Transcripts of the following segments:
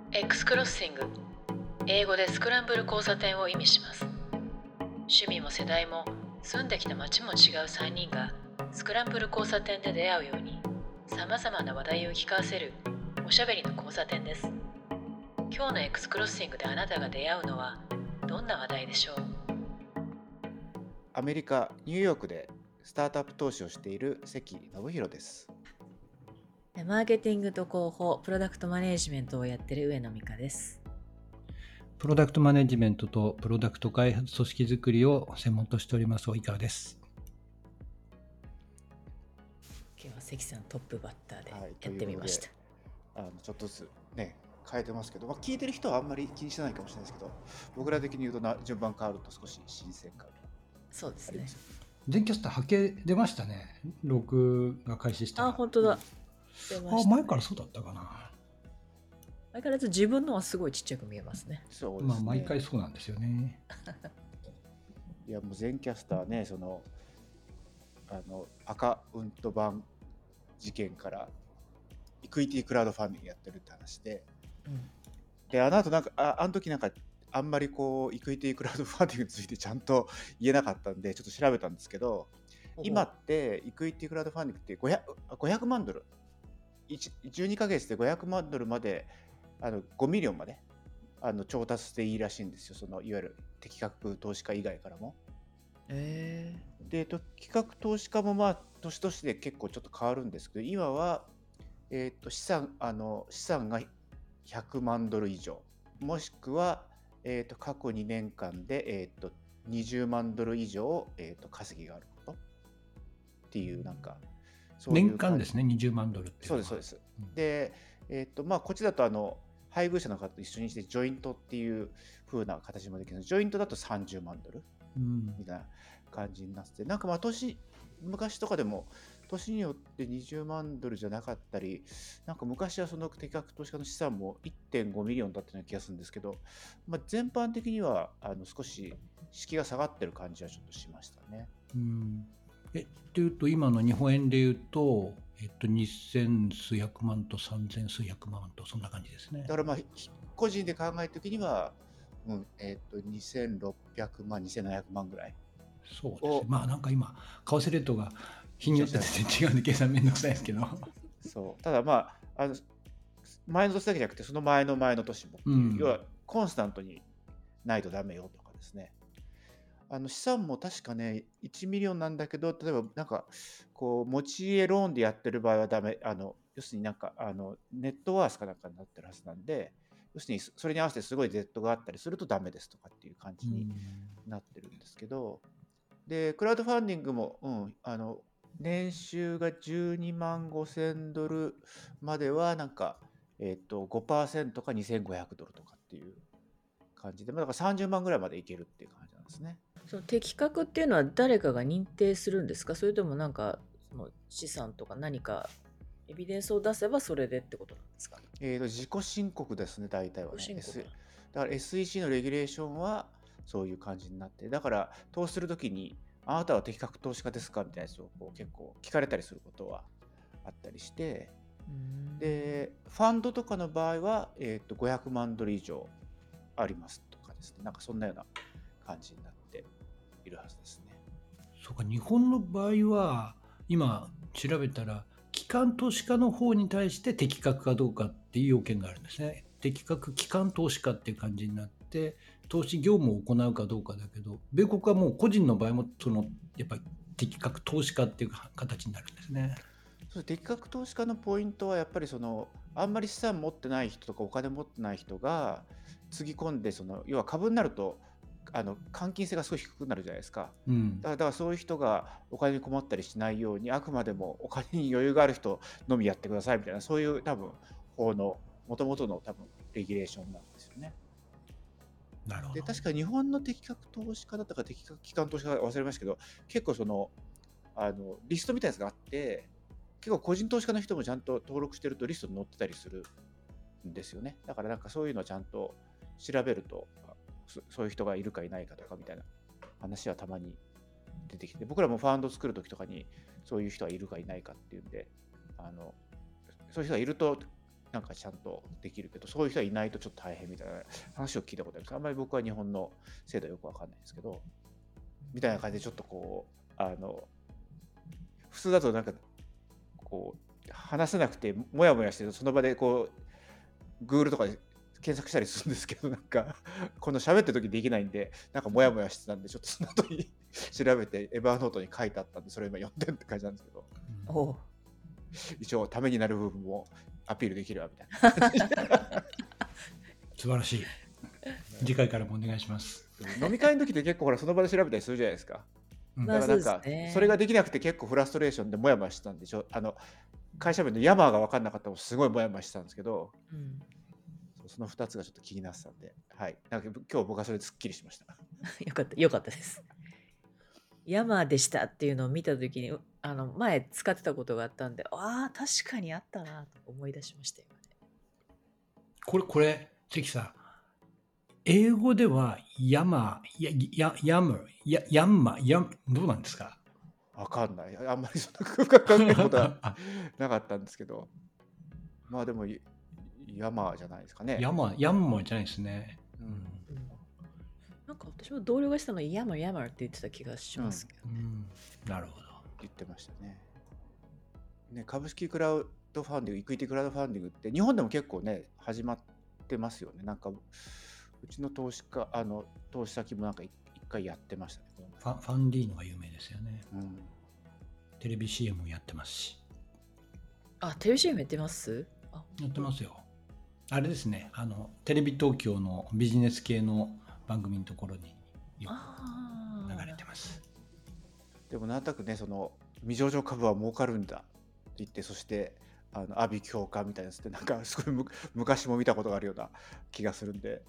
X クロッシング、英語でスクランブル交差点を意味します。趣味も世代も住んできた街も違う3人がスクランブル交差点で出会うように、さまざまな話題を聞かせるおしゃべりの交差点です。今日の X クロッシングであなたが出会うのはどんな話題でしょう？ アメリカ・ニューヨークでスタートアップ投資をしている関信弘です。 マーケティングと広報、プロダクトマネジメントをやってる上野美香です。 プロダクトマネジメントとプロダクト開発組織づくりを専門としております及川です。 今日は関さんトップバッターではい、 やってみました。 ちょっとずつね変えてますけど、聞いてる人はあんまり気にしてないかもしれないですけど、僕ら的に言うと順番変わると少し新鮮感がそうですね。 全キャスター波形出ましたね。録が開始したら。 本当だ。出ましたね。 前からそうだったかな。 相変わらず自分のはすごいちっちゃく見えますね。 そうですね。 毎回そうなんですよね。 いやもう全キャスターね、アカウント版事件からイクイティクラウドファンディングやってるって話で、であの後あの時あんまりイクイティクラウドファンディングについてちゃんと言えなかったんでちょっと調べたんですけど、今ってイクイティクラウドファンディングって500万ドル、12ヶ月で500万ドルまで5ミリオンまで調達していいらしいんですよ。いわゆる適格投資家以外からも。で適格投資家も年々で結構ちょっと変わるんですけど、今は、資産が100万ドル以上、もしくは、過去2年間で、20万ドル以上、稼ぎがあることっていうそういう年間ですね、20万ドルっていうのは。 そうです。で、こっちだと配偶者の方と一緒にしてジョイントっていう風な形もできる。ジョイントだと30万ドルみたいな感じになってて、昔とかでも年によって20万ドルじゃなかったり、昔はその適格投資家の資産も 1.5 ミリオンだったような気がするんですけど、全般的には少し敷居が下がってる感じはちょっとしましたね。 っていうと今の日本円でいうと、2000数百万と3000数百万とそんな感じですね。 だから個人で考えるときには、2600万、2700万ぐらい。 そうですね。今為替レートが日によって全然違うんで計算めんどくさいですけど。 そう。ただ前の年だけじゃなくてその前の前の年もっていう、要はコンスタントにないとダメよとかですね。資産も確かね1ミリオンなんだけど、例えば持ち家ローンでやってる場合はダメ、要するにネットワースかなんかになってるはずなんで、要するにそれに合わせてすごいデッドがあったりするとダメですとかっていう感じになってるんですけど、でクラウドファンディングも、年収が12万5000ドルまでは5% か2500ドルとかっていう感じで、だから30万ぐらいまでいけるっていう感じなんですね。 その適格っていうのは誰かが認定するんですか？それともその資産とか何かエビデンスを出せばそれでってことなんですか？ 自己申告ですね、大体はね。だから SEC のレギュレーションはそういう感じになって、だから投資するときにあなたは適格投資家ですかみたいなやつを結構聞かれたりすることはあったりして、でファンドとかの場合は、500万ドル以上ありますとかですね、そんなような感じになっているはずですね。 そうか、日本の場合は今調べたら機関投資家の方に対して適格かどうかっていう要件があるんですね。適格機関投資家っていう感じになって投資業務を行うかどうかだけど、米国はもう個人の場合もやっぱり適格投資家っていう形になるんですね。 そう、適格投資家のポイントはやっぱりあんまり資産持ってない人とかお金持ってない人がつぎ込んで、要は株になると換金性がすごい低くなるじゃないですか。だからそういう人がお金に困ったりしないように、あくまでもお金に余裕がある人のみやってくださいみたいな、そういう多分法の元々の多分レギュレーションなんですよね。 なるほど。 で確か日本の適格投資家だったか適格機関投資家忘れましたけど、結構リストみたいなやつがあって、結構個人投資家の人もちゃんと登録してるとリストに載ってたりするんですよね。だからそういうのをちゃんと調べると、そういう人がいるかいないかとかみたいな話はたまに出てきて、僕らもファンド作るときとかにそういう人がいるかいないかっていうんで、そういう人がいるとなんかちゃんとできるけど、そういう人はいないとちょっと大変みたいな話を聞いたことあるんです。あんまり僕は日本の制度よくわかんないんですけど、みたいな感じでちょっとこう普通だとなんかこう話せなくてもやもやしてその場でこう Google とかで検索したりするんですけど、なんかこの喋ってる時できないんで、なんかもやもやしてたんで、ちょっとその後に調べてエバーノートに書いてあったんで、それを今読んでるって感じなんですけど、 おう一応ためになる部分もアピールできるわみたいな感じで素晴らしい。次回からもお願いします。 飲み会の時って結構ほらその場で調べたりするじゃないですか。 うんまあだからなんかそうですねそれができなくて結構フラストレーションでモヤモヤしてたんで会社名のヤマーが分かんなかったのもすごいモヤモヤしてたんですけど、 うんその2つがちょっと気になってたんで、はい、なんか今日僕はそれですっきりしました。 よかったです。山でしたっていうのを見たときに、前使ってたことがあったんで、ああ、確かにあったなと思い出しましたよね。 これ、関さん、英語ではヤム、どうなんですか？ 分かんない。あんまりそんな深く考えることはなかったんですけど、まあでもヤマーじゃないですかね。 ヤンマじゃないですね。 うんなんか私も同僚がしたのヤマって言ってた気がしますけどね。 なるほど。 言ってましたね。株式クラウドファンディング、イクイティクラウドファンディングって日本でも結構ね始まってますよね。なんかうちの投資先もなんか一回やってましたね。 ファンディーノが有名ですよね。 うん、 テレビ CM もやってますし。 あ、テレビ CM やってます？ やってますよ。あれですね、テレビ東京のビジネス系の番組のところによく流れてます。 でもなんとなくね、その未上場株は儲かるんだって言って、そして阿鼻教官みたいなやつってなんかすごい昔も見たことがあるような気がするんで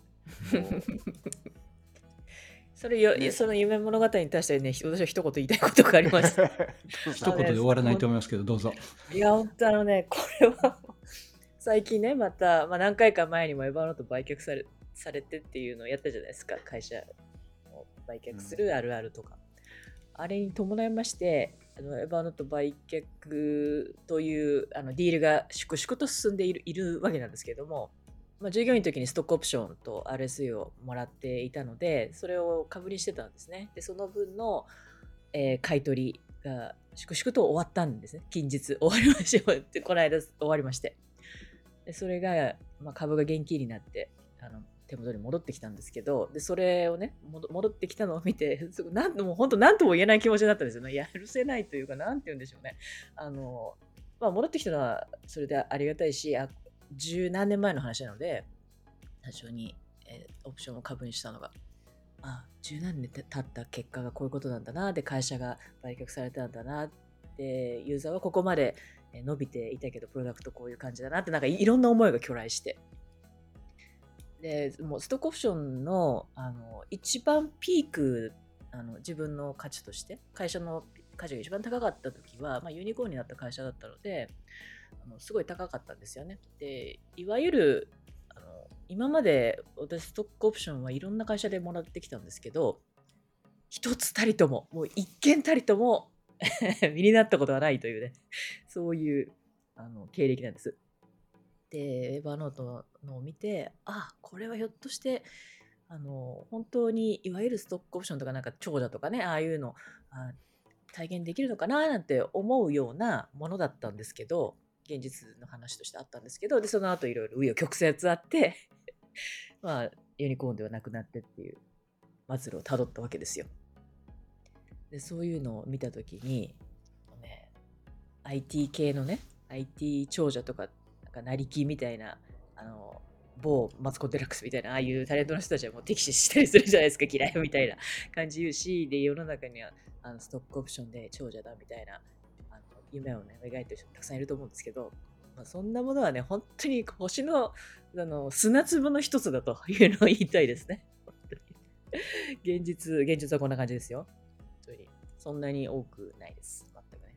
その夢物語に対してね、私は一言言いたいことがあります。 一言で終わらないと思いますけど、どうぞ。 いや、本当これは最近ね、また、何回か前にもエヴァノート売却されてっていうのをやったじゃないですか。会社を売却するあるあるとか。あれに伴いまして、エヴァノート売却というディールが粛々と進んでいるわけなんですけれども、従業員の時にストックオプションと RSU をもらっていたので、それを株にしてたんですね。で、その分の、買い取りが粛々と終わったんですね。近日終わりまして、この間終わりまして。でそれが、株が現金になって手元に戻ってきたんですけど、でそれをね戻ってきたのを見てもう本当何とも言えない気持ちになったんですよね。やるせないというか、なんて言うんでしょうね。戻ってきたのはそれでありがたいし、十何年前の話なので、最初に、オプションを株にしたのが十何年経った結果がこういうことなんだな、で会社が売却されたんだな、でユーザーはここまで伸びていたけどプロダクトこういう感じだなって、なんかいろんな思いが去来して、でもうストックオプションの一番ピーク自分の価値として会社の価値が一番高かった時は、ユニコーンになった会社だったので、すごい高かったんですよね。でいわゆる今まで私ストックオプションはいろんな会社でもらってきたんですけど、一つたりとも、もう一件たりとも身になったことはないというね、そういう経歴なんです。でエヴァノートのを見て、これはひょっとして本当にいわゆるストックオプションとかなんか長者とかね、ああいうの体現できるのかななんて思うようなものだったんですけど、現実の話としてあったんですけど、でその後いろいろ紆余曲折あってユニコーンではなくなってっていう末路をたどったわけですよ。でそういうのを見たときに、IT 系のね、IT 長者とか、なんか成金みたいな、某マツコ・デラックスみたいな、ああいうタレントの人たちはもう敵視したりするじゃないですか、嫌いみたいな感じ言うし、で、世の中にはストックオプションで長者だみたいな夢をね、描いてる人たくさんいると思うんですけど、そんなものはね、本当に星の砂粒の一つだというのを言いたいですね。現実はこんな感じですよ。そんなに多くないです。全くね。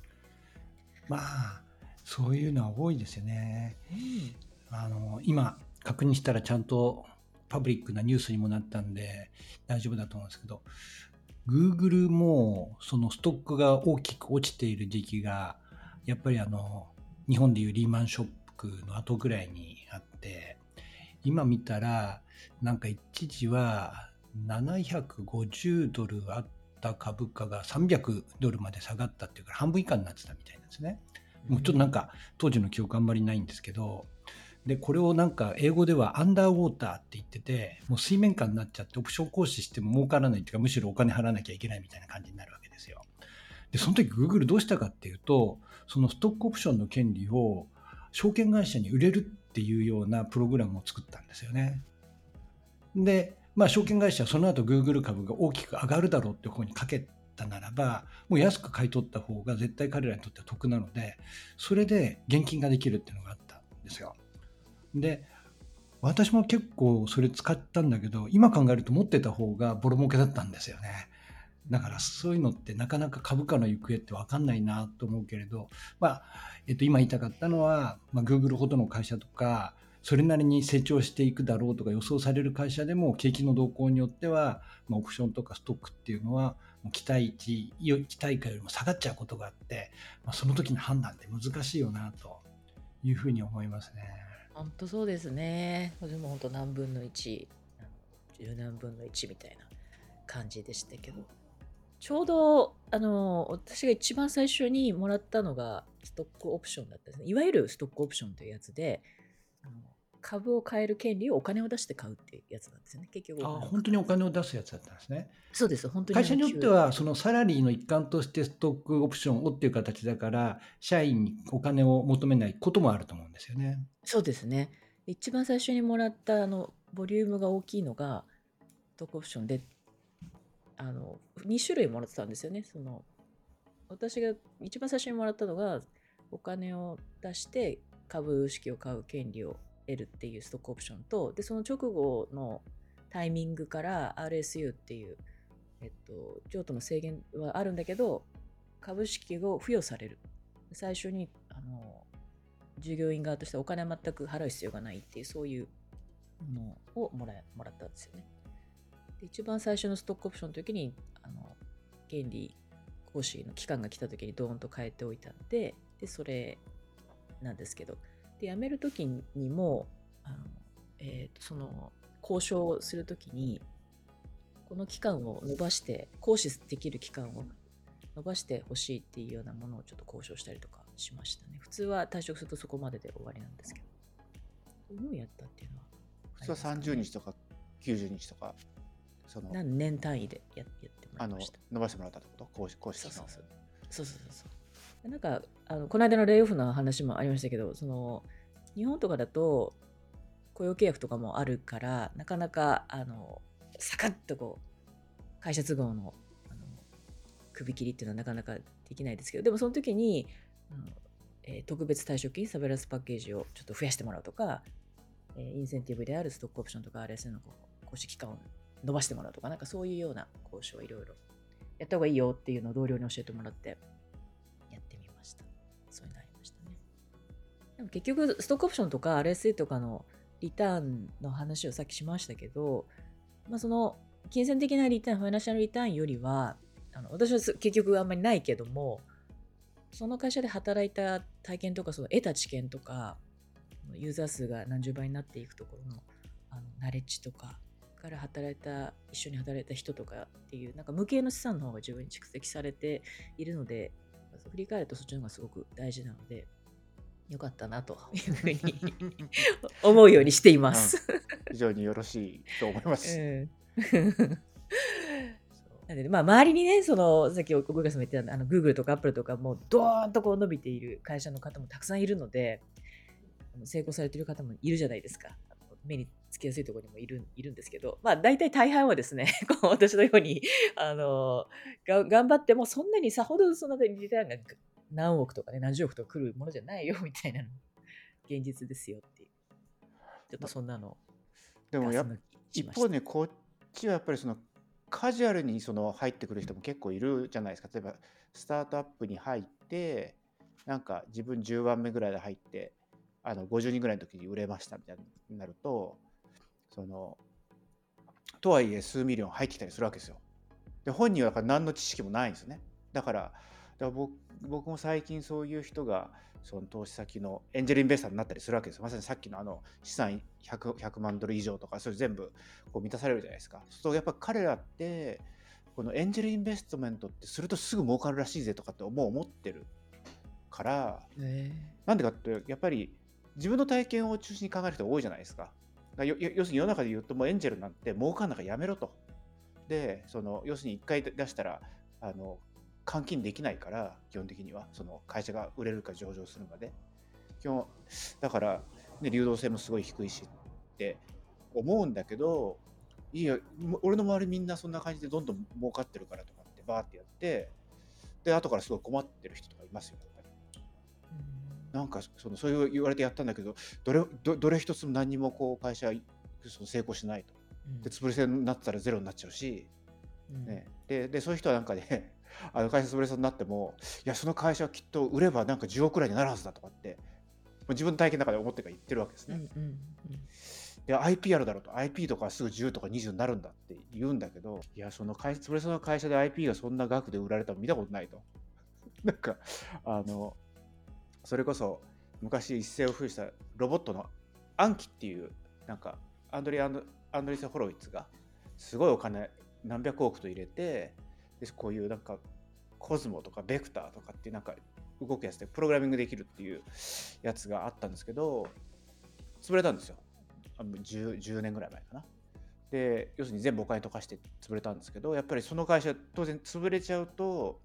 そういうのは多いですよね。今確認したらちゃんとパブリックなニュースにもなったんで大丈夫だと思うんですけど、Google もそのストックが大きく落ちている時期がやっぱり日本でいうリーマンショックの後ぐらいにあって、今見たらなんか一時は750ドルあった株価が300ドルまで下がったっていうから半分以下になってたみたいなんですね。もうちょっとなんか当時の記憶あんまりないんですけど、でこれをなんか英語ではアンダーウォーターって言ってて、もう水面下になっちゃってオプション行使しても儲からないっていうか、むしろお金払わなきゃいけないみたいな感じになるわけですよ。でその時 Google どうしたかっていうと、そのストックオプションの権利を証券会社に売れるっていうようなプログラムを作ったんですよね。で、証券会社はその後 Google 株が大きく上がるだろうって方にかけたならば、もう安く買い取った方が絶対彼らにとっては得なので、それで現金ができるっていうのがあったんですよ。で、私も結構それ使ったんだけど、今考えると持ってた方がボロ儲けだったんですよね。だからそういうのってなかなか株価の行方って分かんないなと思うけれど、今言いたかったのは、Google ほどの会社とか、それなりに成長していくだろうとか予想される会社でも景気の動向によっては、オプションとかストックっていうのはもう期待価よりも下がっちゃうことがあって、その時の判断って難しいよなというふうに思いますね。 本当そうですね。でも本当何分の1、10何分の1みたいな感じでしたけど、ちょうど私が一番最初にもらったのがストックオプションだったんですね。いわゆるストックオプションというやつで、株を買える権利をお金を出して買うっていうやつなんですよね。結局本当にお金を出すやつだったんですね。 そうです。本当に会社によってはそのサラリーの一環としてストックオプションをっていう形だから、社員にお金を求めないこともあると思うんですよね。 そうですね。一番最初にもらったボリュームが大きいのがストックオプションで、2種類もらってたんですよね。私が一番最初にもらったのがお金を出して株式を買う権利を得るっていうストックオプションと、でその直後のタイミングから RSU っていう、譲渡の制限はあるんだけど株式を付与される。最初に従業員側としてお金は全く払う必要がないっていう、そういうのをもらったんですよね。で一番最初のストックオプションの時に権利行使の期間が来た時にドーンと変えておいたので、それなんですけど、で辞める時にもその交渉をする時にこの期間を伸ばして行使できる期間を伸ばしてほしいっていうようなものをちょっと交渉したりとかしましたね。普通は退職するとそこまでで終わりなんですけど、どういうのをやったっていうのは普通は30日とか90日とか何年単位でやってもらいました。 伸ばしてもらったってこと？講師期間を。 そうなんかこの間のレイオフの話もありましたけど、日本とかだと雇用契約とかもあるから、なかなかサカッとこう会社都合の首切りっていうのはなかなかできないですけど、でもその時に特別退職金サベランスパッケージをちょっと増やしてもらうとか、インセンティブであるストックオプションとか RSU の行使期間を伸ばしてもらうとか、なんかそういうような交渉をいろいろやった方がいいよっていうのを同僚に教えてもらってやってみました。そういうのありましたね。でも結局ストックオプションとか RSU とかのリターンの話をさっきしましたけど、その金銭的なリターン、ファイナンシャルリターンよりは私は結局あんまりないけども、その会社で働いた体験とか、その得た知見とか、ユーザー数が何十倍になっていくところのナレッジとかから一緒に働いた人とかっていう、なんか無形の資産の方が自分に蓄積されているので、振り返るとそっちの方がすごく大事なので、よかったなというふうに思うようにしています。 非常によろしいと思います。 なので周りにね、さっき小倉さんも言ってたGoogle とか Apple とかもうドーンとこう伸びている会社の方もたくさんいるので、成功されている方もいるじゃないですか。目につきやすいところにもいるんですけど、大体大半はですね、私のように頑張ってもそんなにさほどそんなにリターンが何億とかね、何十億とか来るものじゃないよみたいなの現実ですよっていう、ちょっとそんなのでも一方ね、こっちはやっぱりカジュアルに入ってくる人も結構いるじゃないですか。例えばスタートアップに入ってなんか自分10番目ぐらいで入って50人ぐらいの時に売れましたみたいになると、とはいえ数ミリオン入ってきたりするわけですよ。で本人はだから何の知識もないんですよね。だから僕も最近そういう人がその投資先のエンジェルインベスターになったりするわけですよ。まさにさっきの資産100万ドル以上とか、それ全部こう満たされるじゃないですか。そうするとやっぱ彼らってこのエンジェルインベストメントってするとすぐ儲かるらしいぜとかってもう思ってるから、なんでかってやっぱり自分の体験を中心に考える人が多いじゃないですか。要するに世の中で言うともうエンジェルなんて儲かんなんかやめろと。で要するに1回出したら換金できないから、基本的にはその会社が売れるか上場するまで基本だから、ね、流動性もすごい低いしって思うんだけど、いや俺の周りみんなそんな感じでどんどん儲かってるからとかってバーってやって、で後からすごい困ってる人とかいますよ、やっぱり。なんかそういう言われてやったんだけど、どれ一つも何にもこう会社成功しないと。で潰れそうになったらゼロになっちゃうし、ね、でそういう人はなんかね会社潰れそうになっても、いやその会社はきっと売ればなんか10億くらいになるはずだとかって自分の体験の中で思ってから言ってるわけですね。で IP あるだろうと、 IP とかすぐ10とか20になるんだって言うんだけど、いやその潰れそうな会社で IP がそんな額で売られたの見たことないと。なんかそれこそ昔一世を風靡したロボットのアンキっていう、なんかアンドリーセ・ホロウィッツがすごいお金何百億と入れて、でこういうなんかコズモとかベクターとかっていうなんか動くやつでプログラミングできるっていうやつがあったんですけど、潰れたんですよ。10年ぐらい前かな。で要するに全部お金溶かして潰れたんですけど、やっぱりその会社当然潰れちゃうと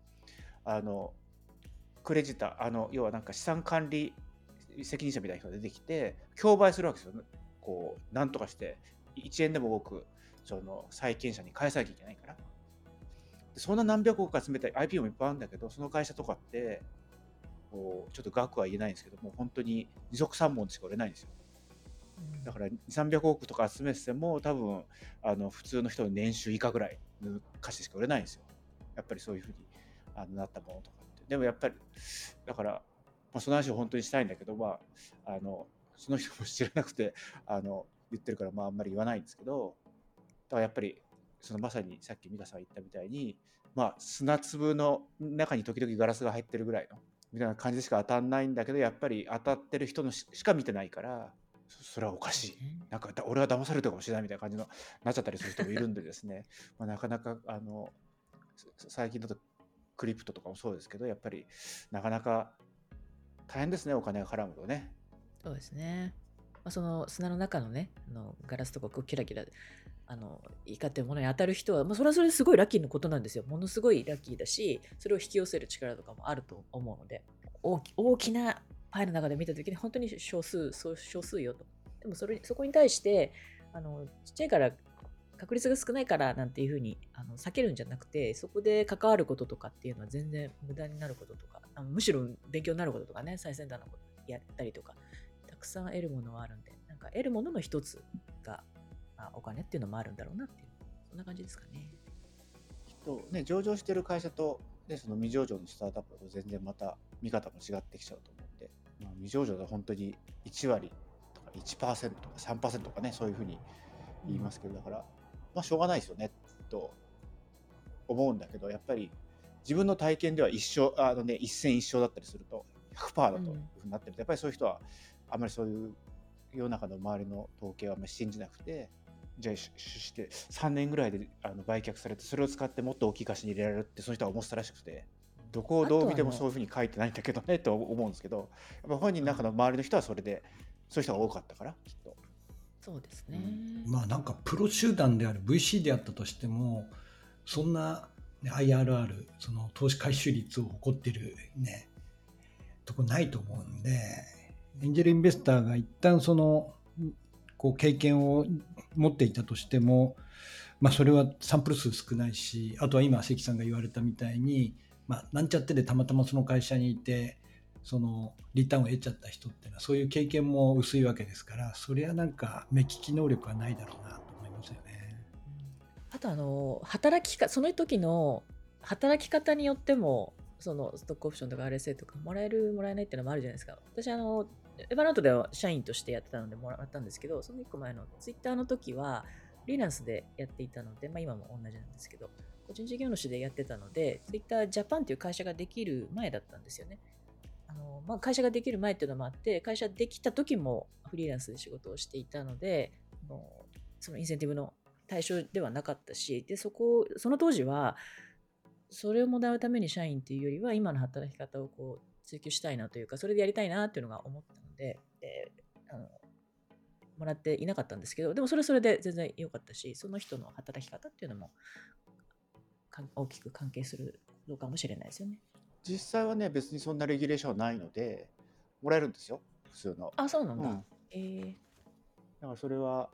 クレジター要はなんか資産管理責任者みたいな人が出てきて競売するわけですよ。こうなんとかして1円でも多くその債権者に返さなきゃいけないから。でそんな何百億か集めた IP もいっぱいあるんだけど、その会社とかってこうちょっと額は言えないんですけども、本当に二足三本しか売れないんですよ。だから200、300億とか集めてても多分普通の人の年収以下ぐらいの価値しか売れないんですよ。やっぱりそういうふうになったものとかって。でもやっぱりだから、その話を本当にしたいんだけど、その人も知らなくて言ってるからあんまり言わないんですけど、だからやっぱりまさにさっき美香さんが言ったみたいに、砂粒の中に時々ガラスが入ってるぐらいのみたいな感じでしか当たんないんだけど、やっぱり当たってる人のしか見てないから、それはおかしい、なんか俺は騙されてるかもしれないみたいな感じのなっちゃったりする人もいるんでですねなかなか最近だとクリプトとかもそうですけど、やっぱりなかなか大変ですね、お金が絡むとね。 そうですね。その砂の中のね、ガラスとかこうキラキラ光ってるものに当たる人は、それはそれですごいラッキーなことなんですよ。ものすごいラッキーだし、それを引き寄せる力とかもあると思うので、大きなパイの中で見たときに本当に少数よと。でもそこに対してちっちゃいから確率が少ないからなんていうふうに避けるんじゃなくて、そこで関わることとかっていうのは全然無駄になることとか、むしろ勉強になることとかね、最先端のことやったりとか、たくさん得るものはあるんで、なんか得るものの一つがお金っていうのもあるんだろうなっていう、そんな感じですかね。 きっとね、上場してる会社と、その未上場のスタートアップだと全然また見方も違ってきちゃうと思うんで、未上場で本当に1割とか 1% とか 3% とかね、そういうふうに言いますけど、だからしょうがないですよねと思うんだけど、やっぱり自分の体験では一戦一勝だったりすると 100% だというふうになってると、やっぱりそういう人はあんまりそういう世の中の周りの統計はあんまり信じなくて、じゃあして3年ぐらいで売却されて、それを使ってもっと大きい会社に入れられるってその人は思ってたらしくて、どこをどう見てもそういうふうに書いてないんだけどねと思うんですけど、やっぱ本人の中の周りの人はそれで、そういう人が多かったからきっと。 そうですね。 なんかプロ集団である VC であったとしても、そんな IRR、その投資回収率を誇ってるねとこないと思うんで、エンジェルインベスターが一旦こう経験を持っていたとしても、それはサンプル数少ないし、あとは今関さんが言われたみたいに、なんちゃってでたまたまその会社にいてそのリターンを得ちゃった人っていうのはそういう経験も薄いわけですから、そりゃなんか目利き能力はないだろうなと思いますよね。 あとその時の働き方によっても、そのストックオプションとか RSA とかもらえるもらえないっていうのもあるじゃないですか。私エヴァノートでは社員としてやってたのでもらったんですけど、その1個前のツイッターの時はフリーランスでやっていたので、今も同じなんですけど、個人事業主でやってたので、ツイッタージャパンっていう会社ができる前だったんですよね。 会社ができる前っていうのもあって、会社できた時もフリーランスで仕事をしていたので、そのインセンティブの対象ではなかったし、でその当時はそれをもらうために社員っていうよりは今の働き方をこう追求したいなというか、それでやりたいなっていうのが思ったので、もらっていなかったんですけど、でもそれはそれで全然良かったし、その人の働き方っていうのも大きく関係するのかもしれないですよね。 実際はね、別にそんなレギュレーションはないので、もらえるんですよ、普通の。 あ、そうなんだ。 だからそれは、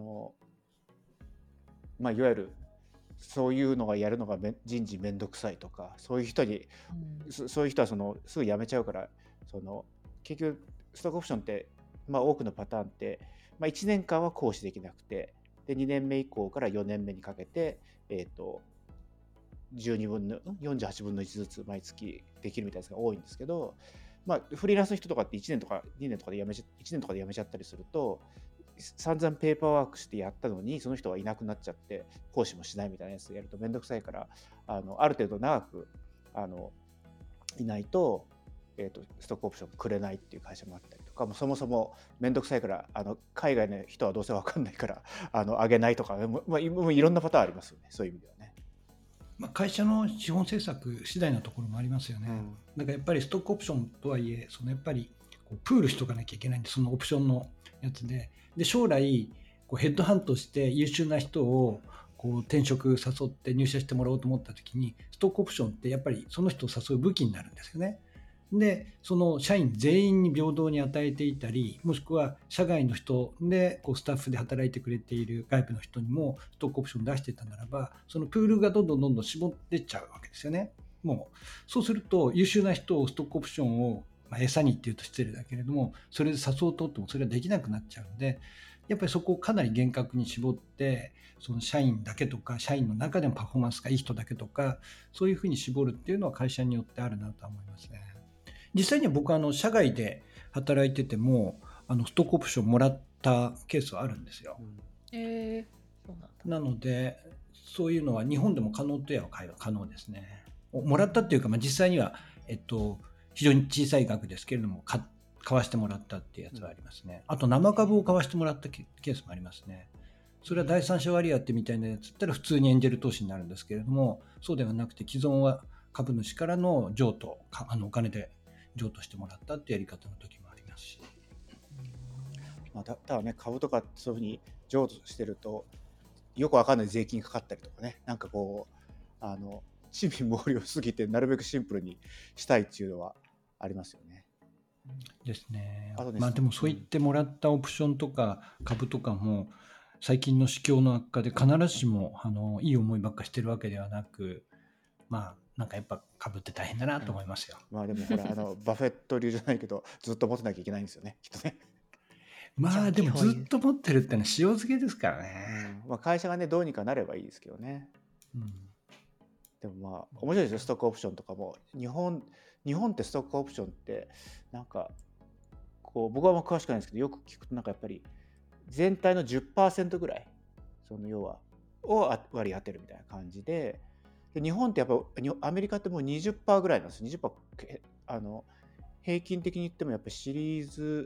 いわゆる、そういうのがやるのが人事めんどくさいとか、そういう人に、そういう人はすぐ辞めちゃうから、結局、ストックオプションって、多くのパターンって、1年間は行使できなくて、で、2年目以降から4年目にかけて、48分の1ずつ毎月できるみたいなやつが多いんですけど、フリーランスの人とかって1年とか2年とかで1年とかで辞めちゃったりすると、散々ペーパーワークしてやったのに、その人はいなくなっちゃって、講師もしないみたいなやつやるとめんどくさいから、ある程度長くいないと、ストックオプションくれないっていう会社もあったりとか、もうそもそもめんどくさいから、海外の人はどうせ分かんないから、あげないとか、もういろんなパターンありますよね、そういう意味ではね。 会社の資本政策次第のところもありますよね。だからやっぱりストックオプションとはいえ、やっぱりこうプールしとかなきゃいけないんで、そのオプションのやつで、将来こうヘッドハントして優秀な人をこう転職誘って入社してもらおうと思った時に、ストックオプションってやっぱりその人を誘う武器になるんですよね。で、その社員全員に平等に与えていたり、もしくは社外の人でこうスタッフで働いてくれている外部の人にもストックオプション出していたならば、そのプールがどんどん絞っていっちゃうわけですよね。もうそうすると優秀な人をストックオプションを餌にっていうと失礼だけれども、それで誘おうとってもそれができなくなっちゃうので、やっぱりそこをかなり厳格に絞って、その社員だけとか、社員の中でもパフォーマンスがいい人だけとか、そういうふうに絞るっていうのは会社によってあるなと思いますね。実際には僕は社外で働いててもストックオプションもらったケースはあるんですよ。 そうなんだ。 なのでそういうのは日本でも可能といえば可能ですね。もらったっていうか、実際には、非常に小さい額ですけれども買わしてもらったっていうやつはありますね。あと生株を買わしてもらったケースもありますね。それは第三者割当みたいなやつだったら普通にエンジェル投資になるんですけれども、そうではなくて既存は株主からの譲渡、お金で譲渡してもらったってやり方の時もありますし、 ただね、株とかそういうふうに譲渡してるとよくわかんない税金かかったりとかね、なんかこう市民毛量すぎてなるべくシンプルにしたいっていうのはありますよね。 ですね。 あとですね、 でもそう言ってもらったオプションとか株とかも最近の市況の悪化で必ずしもいい思いばっかしてるわけではなく、なんかやっぱ株って大変だなと思いますよ。 でもほらバフェット流じゃないけどずっと持ってなきゃいけないんですよね、きっとね。 でもずっと持ってるってのは塩漬けですからね。 会社がねどうにかなればいいですけどね。でも面白いですよ、ストックオプションとかも。日本ってストックオプションってなんかこう僕はあんま詳しくないんですけど、よく聞くとなんかやっぱり全体の 10% ぐらい要はを割り当てるみたいな感じで、日本ってやっぱアメリカってもう 20% ぐらいなんです。 20% 平均的に言ってもやっぱシリーズ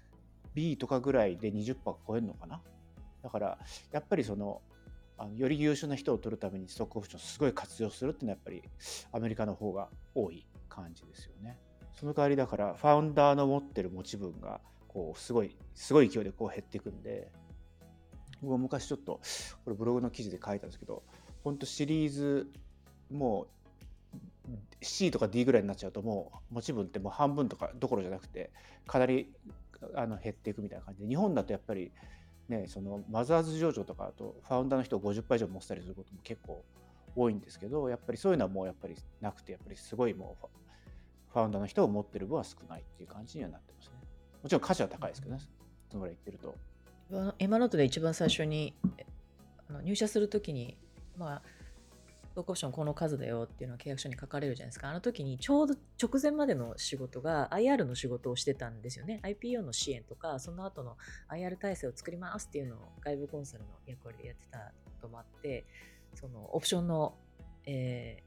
B とかぐらいで 20% 超えるのかな。だからやっぱりより優秀な人を取るためにストックオプションをすごい活用するっていうのはやっぱりアメリカの方が多い感じですよね。その代わりだからファウンダーの持ってる持ち分がこうすごい勢いでこう減っていくんで、僕は昔ちょっとこれブログの記事で書いたんですけど、本当シリーズもう C とか D ぐらいになっちゃうともう持ち分ってもう半分とかどころじゃなくてかなり減っていくみたいな感じで、日本だとやっぱりね、マザーズ上場とかだとファウンダーの人を 50% 以上持ってたりすることも結構多いんですけど、やっぱりそういうのはもうやっぱりなくて、やっぱりすごいもうファウンダーの人を持ってる分は少ないっていう感じにはなってますね。もちろん価値は高いですけどね、そのぐらい言ってると。 エマノートで一番最初に入社するときに、ストックオプションこの数だよっていうのは契約書に書かれるじゃないですか。あの時にちょうど直前までの仕事が IR の仕事をしてたんですよね。IPO の支援とか、その後の IR 体制を作りますっていうのを外部コンサルの役割でやってたこともあって、そのオプションの、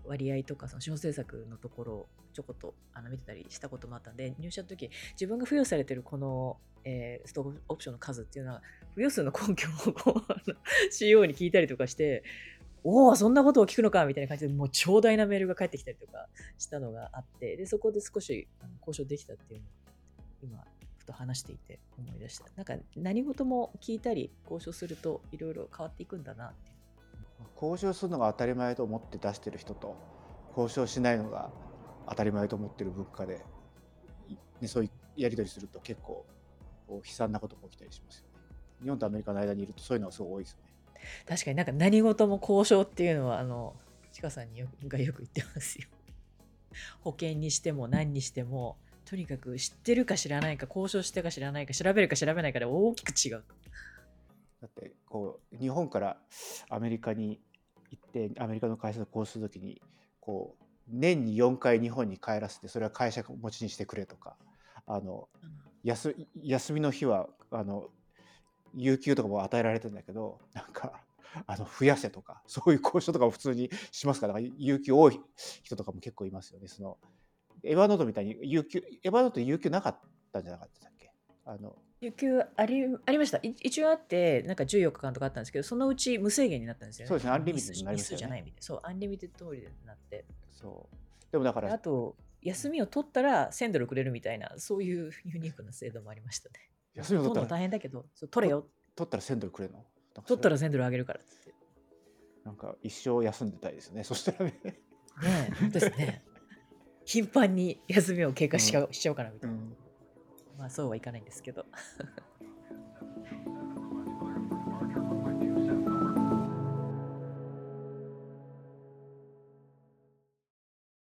割合とかその資本政策のところをちょこっと見てたりしたこともあったんで、入社の時自分が付与されてるこの、ストックオプションの数っていうのは付与数の根拠をこうCEO に聞いたりとかして、おおそんなことを聞くのかみたいな感じでもう長大なメールが返ってきたりとかしたのがあって、でそこで少し交渉できたっていうのを今ふと話していて思い出した。なんか何事も聞いたり交渉するといろいろ変わっていくんだなって。 交渉するのが当たり前と思って出してる人と、交渉しないのが当たり前と思ってる文化で、ね、そういうやり取りすると結構悲惨なことが起きたりしますよね。日本とアメリカの間にいるとそういうのはすごい多いですよね。 確かになんか何事も交渉っていうのはちかさんがよく言ってますよ。保険にしても何にしてもとにかく知ってるか知らないか、交渉してか知らないか、調べるか調べないかで大きく違う。 だってこう日本からアメリカに行ってアメリカの会社と交渉するときにこう年に4回日本に帰らせてそれは会社持ちにしてくれとか、休みの日は有給とかも与えられてるんだけど、なんか増やせとかそういう交渉とかも普通にしますから、だから有給多い人とかも結構いますよね。エヴァノートみたいにエヴァノート有給なかったんじゃなかったっけ？ 有給ありました。一応あってなんか14日間とかあったんですけど、そのうち無制限になったんですよね。 そうですね、アンリミテッドになりましたよね。 日数じゃない意味で、そうアンリミテッド通りになって。 そうでもだからあと休みを取ったら1000ドルくれるみたいな、そういうユニークな制度もありましたね。 休みを取ったら大変だけど、取れよ。 取ったら1000ドルくれるの？ 取ったら1000ドルあげるからって。 なんか一生休んでたいですね。そしたらね。 ねえ、本当ですね。頻繁に休みを経過しちゃうかなみたいな。まあそうはいかないんですけど。